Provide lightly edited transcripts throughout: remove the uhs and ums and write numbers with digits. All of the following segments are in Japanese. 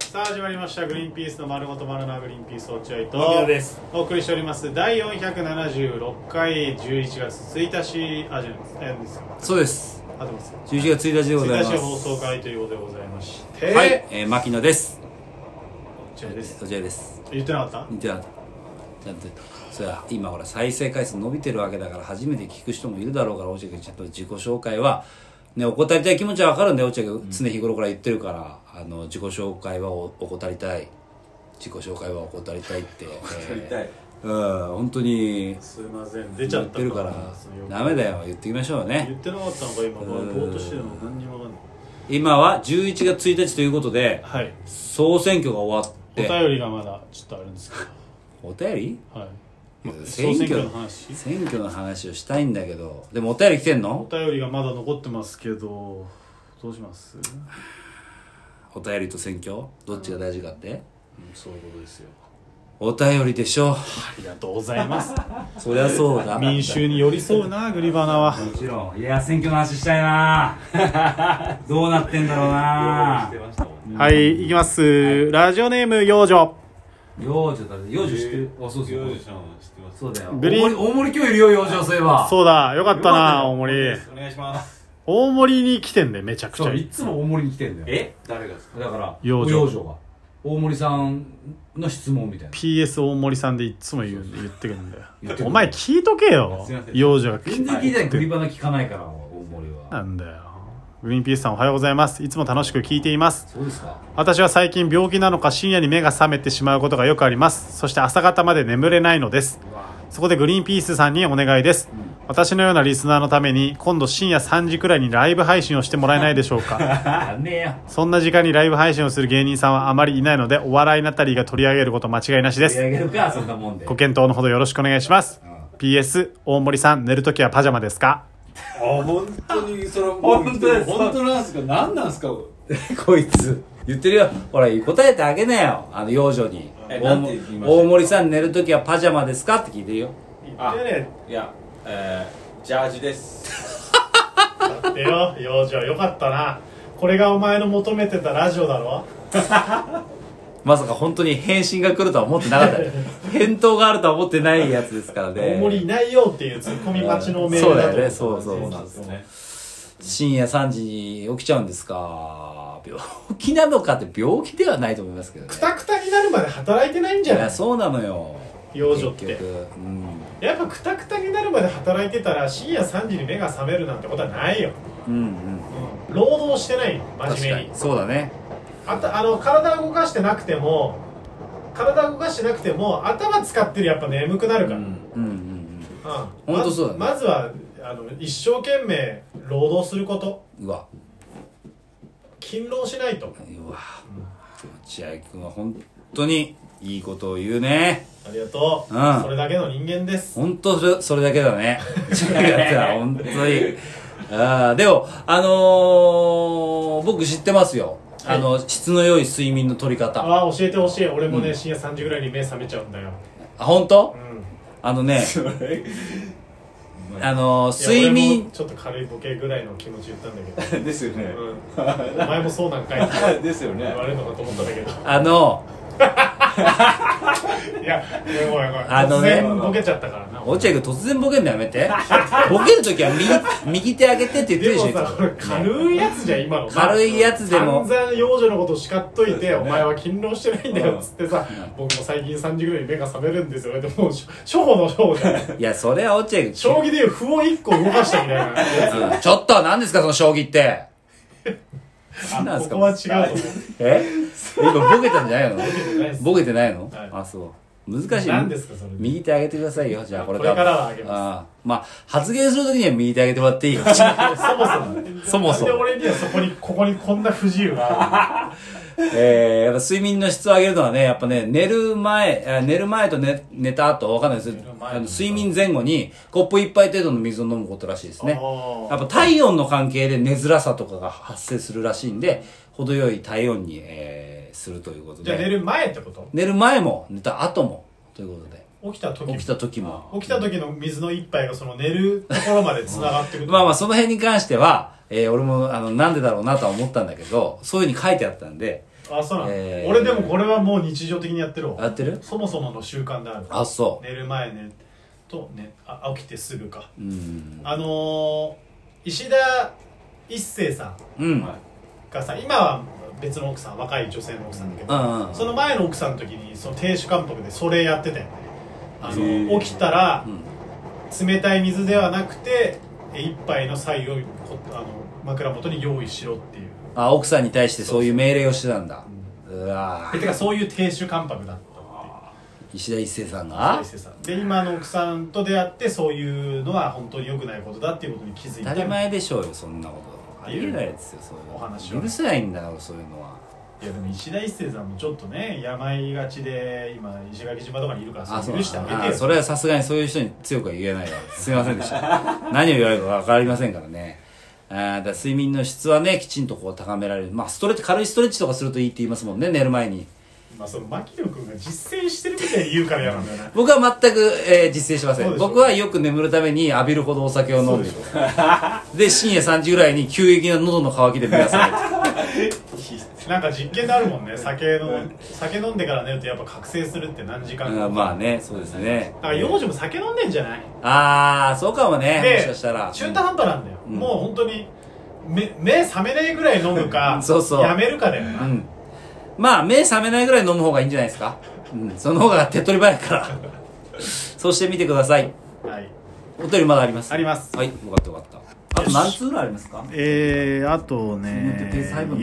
さあ始まりましたグリーンピースの丸ごとバナナグリーンピース落合と牧野ですお送りしております第476回11月1日じゃないですか。 そうです。 合ってます 11月1日でございます。 1日放送回ということでございまして、 はい、牧野です。 落合です。 落合です。 言ってなかった？ 言ってなかった。だってそれは今ほら再生回数伸びてるわけだから初めて聞く人もいるだろうから、落合君ちゃんと自己紹介はね、怠りたい気持ちは分かるんで、落合君常日頃から言ってるから、自己紹介は怠りたい、自己紹介は怠りたいって怠りたい、 本当にすいません出ちゃった言ってるからダメだよ、言ってきましょうね。 言ってなかったのか今、ぼーっとしてるの何にも分かんない。 今は11月1日ということで、 はい、 総選挙が終わって、 お便りがまだちょっとあるんですけど。 お便り？ はい、 選挙の話をしたいんだけど、でもお便り来てんの？ お便りがまだ残ってますけどどうします？ お便りと選挙どっちが大事かって、 そういうことですよ。 お便りでしょ。 ありがとうございますそりゃそうだ、 民衆に寄り添うなグリバナは。 もちろん。いや選挙の話したいなどうなってんだろうな。 はい、いきます、はい、ラジオネーム幼女。 幼女だね。幼女知ってる？あ、そうそう、 幼女さんは知ってます。 そうだよ。 グリーン大森今日いるよ、幼女。そういえばそうだ、よかったな。大森お願いします。 大森に来てんで、めちゃくちゃ。 そう、いつも大森に来てんだよ。 誰がですか？ だから幼女が大森さんの質問みたいな PS 大森さんでいつも言ってくるんだよお前聞いとけよ。幼女が全然聞いてない。グリバナ聞かないから大森は。 なんだよ。グリーンピースさんおはようございます。いつも楽しく聞いています。 そうですか。 私は最近病気なのか深夜に目が覚めてしまうことがよくあります。そして朝方まで眠れないのです。そこでグリーンピースさんにお願いです。私のようなリスナーのために今度深夜3時くらいにライブ配信をしてもらえないでしょうかねえよ。 そんな時間にライブ配信をする芸人さんはあまりいないので、お笑いなたりが取り上げること間違いなしです。 取り上げるか、そんなもんで。 ご検討のほどよろしくお願いします。PS 大森さん、寝るときはパジャマですか？ 本当にそれは本当です。 本当なんですか？何なんですかこいつ言ってるよ。ほら答えてあげなよ、幼女に。 なんて言いました？ 大森さん寝るときはパジャマですかって聞いてるよ。 言ってね。 いや、ジャージですだってよ、幼女よかったな。これがお前の求めてたラジオだろまさか本当に返信が来るとは思ってなかった返答があるとは思ってないやつですからね。 大森いないよっていうツッコミ待ちのメールだと。 そうだよね。そうなんですね。深夜3時に起きちゃうんですか？病気なのかって、病気ではないと思いますけどね。 クタクタになるまで働いてないんじゃない？ いや、そうなのよ、 幼女って。やっぱクタクタになるまで働いてたら深夜3時に目が覚めるなんてことはないよ。労働してないよ、真面目に。 そうだね。 体動かしてなくても頭使ってるやっぱ眠くなるから。 本当そうだね。 まずは一生懸命労働すること。 うわ、 勤労しないと。 うわ、落合君は本当にいいことを言うね。 ありがとう、それだけの人間です。 本当それだけだね本当に。でも僕知ってますよ、はい、質の良い睡眠の取り方。 教えてほしい。俺もね、深夜3時ぐらいに目覚めちゃうんだよ。 本当？睡眠ちょっと軽いボケぐらいの気持ち言ったんだけどですよね、 お前もそうなんかいですよね、 言われるのかと思ったんだけどいや、ごめん突然ボケちゃったからな。 落合君突然ボケるのやめてボケるときは右手上げてって言ってるでしょ。 でもさ、これ軽いやつじゃん今の。 軽いやつでも散々幼女のこと叱っといて、お前は勤労してないんだよっつってさ、僕も最近3時ぐらいに目が覚めるんですよ。でも初歩の初歩じゃん。 いや、それは落合君将棋でいう歩を1個動かしたみたいなやつ。 ちょっと何ですかその将棋ってここは違うと思う。今ボケたんじゃないの？ボケてないの？ はい、 あ、そう。難しい。 何ですかそれ。 右手上げてくださいよ。じゃあこれからは上げます。 まあ発言するときには右手上げてもらっていいよ。そもそも。 なんで俺にはここにこんな不自由がある。 やっぱ睡眠の質を上げるのはね、やっぱね、寝る前と寝た後わかんないです。睡眠前後にコップ1杯程度の水を飲むことらしいですね。やっぱ体温の関係で寝づらさとかが発生するらしいんで、程よい体温に、するということで。 じゃあ寝る前ってこと？ 寝る前も寝た後もということで。 起きた時も起きた時の水の一杯がその寝るところまで繋がってるまあその辺に関しては、俺もなんでだろうなとは思ったんだけど、そういう風に書いてあったんで、 あ、そうなんだ、俺でもこれはもう日常的にやってるわ。 やってる？ そもそもの習慣である。 あ、そう。 寝る前ねとね、起きてすぐか。 うん。 石田一生さんうん。 がさ、今は別の奥さん、若い女性の奥さんだけど、 うん。 その前の奥さんの時にその亭主関白でそれやってたよね。起きたら、冷たい水ではなくて一杯の白湯を枕元に用意しろっていう。 あ、奥さんに対してそういう命令をしてたんだ。うわてかそういう亭主関白だったって石田一生さんが石田一生さんで、今の奥さんと出会ってそういうのは本当に良くないことだっていうことに気づいて、 当たり前でしょうよ、そんなことありえないですよ、そういうのお話は許せないんだからそういうのは。 いやでも石田一生さんもちょっとね病がちで今石垣島とかにいるから、 あ、 それ許してあげてよ。 それはさすがにそういう人に強くは言えないわ。すいませんでした何を言われるか分かりませんからね。だから睡眠の質はねきちんとこう高められる。まあ軽いストレッチとかするといいって言いますもんね、寝る前に。 まあその牧野君が実践してるみたいに言うから嫌なんだよね僕は全く、実践しません。 そうでしょ僕はよく眠るために浴びるほどお酒を飲んでる。で深夜3時ぐらいに急激な喉の渇きで目が覚めるなんか実験であるもんね。酒飲んでから寝るとやっぱ覚醒するって何時間か。 まあね、そうですね。 だから幼女も酒飲んでんじゃない？ ああ、そうかもね。 でもしかしたら。 中途半端なんだよ、 うんもう本当に目覚めないぐらい飲むかそうそうやめるかだよな、 うん。まあ目覚めないぐらい飲む方がいいんじゃないですか。うん。その方が手っ取り早いから。そうしてみてください。 はい、 お便りまだあります？ あります。 はい、よかったよかった。あと何通ぐらいありますか？ あとね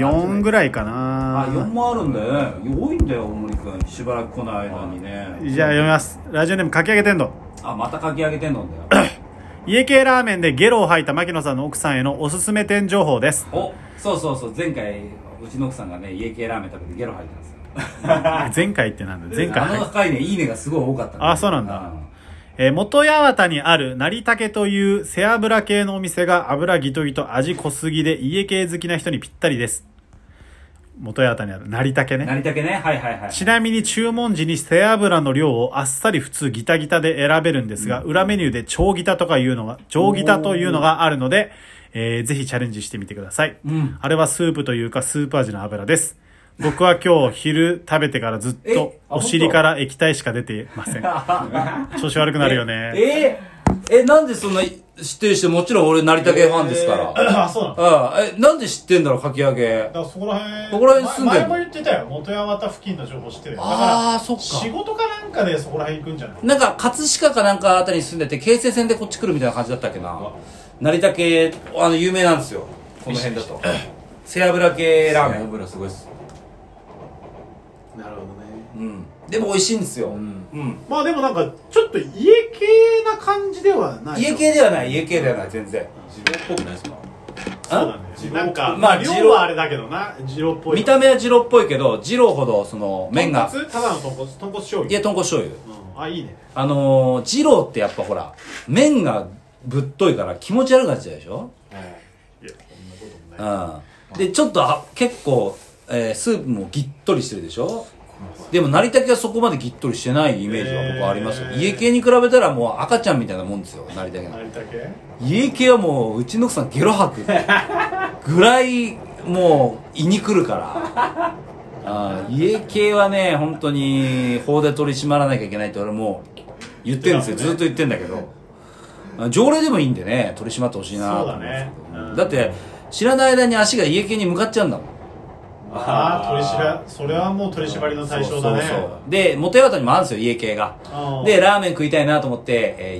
4ぐらいかな。 あ、4もあるんだよね。多いんだよ、大森君。しばらく来ない間にね。 じゃあ読みます。ラジオネームかき上げ天童。 あ、また書き上げてんのんだよ。 家系ラーメンでゲロを吐いた牧野さんの奥さんへのおすすめ店情報です。 お、そうそうそう。前回、うちの奥さんがね、家系ラーメン食べてゲロ吐いたんですよ。 前回ってなんだ。前あの回。 回ね、いいねがすごい多かった。 あ、そうなんだ。元八幡にある成竹という背脂系のお店が油ギトギト味濃すぎで家系好きな人にぴったりです。元八幡にある成竹ね。 成竹ね。はいはいはい。 ちなみに注文時に背脂の量をあっさり普通ギタギタで選べるんですが、裏メニューで超ギタというのがあるので、ぜひチャレンジしてみてください。あれはスープというかスープ味の油です。僕は今日昼食べてからずっとお尻から液体しか出てません。調子悪くなるよね。 なんでそんな知ってる人、もちろん俺成竹ファンですから。 あ、そうなんだ。 なんで知ってんだろう、かき揚げ。 だからそこら辺住んでる前も言ってたよ。元八幡付近の情報知ってるよ。だあー、そっか。 仕事かなんかでそこら辺行くんじゃない？ なんか、葛飾かなんかあたりに住んでて、京成線でこっち来るみたいな感じだったっけな。成竹、有名なんですよ。この辺だと。背脂系ラーメン。 油すごいっす。 なるほどね。 うん。でも美味しいんですよ。 まあでもなんかちょっと家系な感じではない。 家系ではない、全然。 自分っぽくないですか？ そうなんだよ。なんかまあ量はあれだけどな、二郎っぽい。 見た目は二郎っぽいけど、二郎ほどその麺が。 ただの豚骨醤油。 いや、豚骨醤油。 あ、いいね。 二郎ってやっぱほら、麺がぶっといから気持ち悪くなっちゃうでしょ？ いや、そんなこともない。 で、ちょっと結構、スープもぎっとりしてるでしょ？でも成竹はそこまでぎっとりしてないイメージは僕はありますよ。家系に比べたらもう赤ちゃんみたいなもんですよ、成竹の。 成竹？ 家系はもううちの奥さんゲロ吐くぐらいもう胃に来るから家系はね本当に法で取り締まらなきゃいけないって俺もう言ってるんですよ、ずっと言ってんだけど条例でもいいんでね取り締まってほしいなと思うんですけど、だって知らない間に足が家系に向かっちゃうんだもん。 それはもう取り締まりの対象だね。 そうで元八幡にもあるんですよ家系が。でラーメン食いたいなと思って、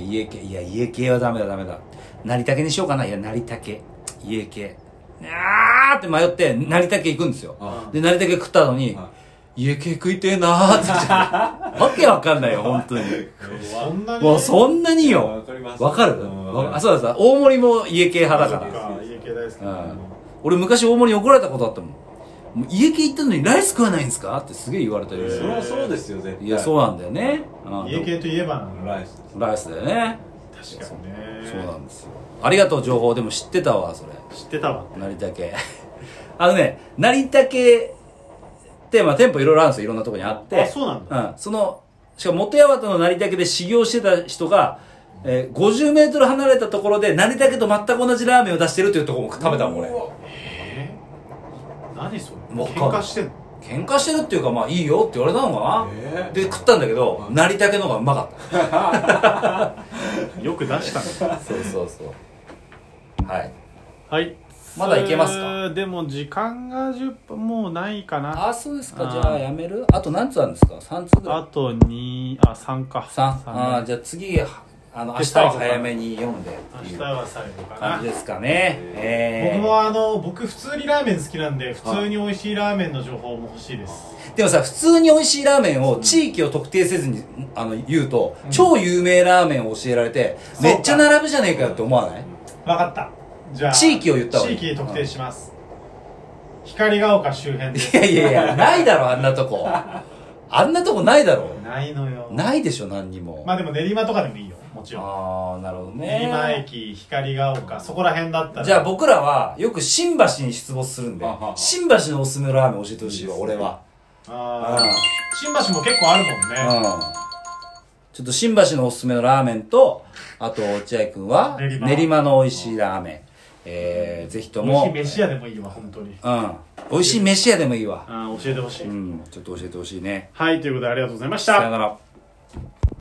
家系はダメだ成竹にしようかな。いや成竹家系って迷って成竹行くんですよ。で成竹食ったのに、家系食いてえなーって言っちゃってわけわかんないよ本当に。もうそんなによ。わかる？そうだ、大森も家系派だから。 家系大好き。 俺昔大森に怒られたことあったもん。家系行ったのにライス食わないんですかってすげえ言われたり。 そりゃそうですよ絶対。 いやそうなんだよね。 家系といえばライスだよね。 確かにね。 そうなんですよ。ありがとう情報。でも知ってたわそれ。 知ってたわ。 成竹成竹ってまあ店舗いろいろあるんですよ、いろんなところにあって。 あ、そうなんだ。 しかも元八幡の成竹で修行してた人が、50メートル離れたところで成竹と全く同じラーメンを出してるというところも食べたもん俺。 何それ？ もう喧嘩してんの？ 喧嘩してるっていうかまあいいよって言われたのかな、で食ったんだけど成り茸の方がうまかったよく出したね。 そうそうそうはいはい。 まだいけますか？ でも時間が10分もうないかな。 あ、そうですか。じゃあやめる？あと何つあるんですか？3つぐらい。 あと3か。 3。じゃあ次、明日は早めに読んでっていう明日は最後かな感じですかね。 僕普通にラーメン好きなんで、普通に美味しいラーメンの情報も欲しいです。 でもさ、普通に美味しいラーメンを地域を特定せずに言うと、超有名ラーメンを教えられて、めっちゃ並ぶじゃねえかよって思わない？ 分かった。じゃあ地域を言った方がいい。 地域特定します。光が丘周辺で。 いやないだろ、あんなとこ。あんなとこないだろ。 ないのよ。 ないでしょ、何にも。 まあでも練馬とかでもいいよ、もちろん。 ああ、なるほどね。 練馬駅、光が丘、そこら辺だったら。 じゃあ僕らはよく新橋に出没するんで、新橋のおすすめのラーメン教えてほしいわ、俺は。 新橋も結構あるもんね。 ちょっと新橋のおすすめのラーメンと、あと落合くんは練馬の美味しいラーメン。ぜひとも。 美味しい飯屋でもいいわ、本当に。 美味しい飯屋でもいいわ。 教えてほしい。 ちょっと教えてほしいね。 はい、ということでありがとうございました。 さよなら。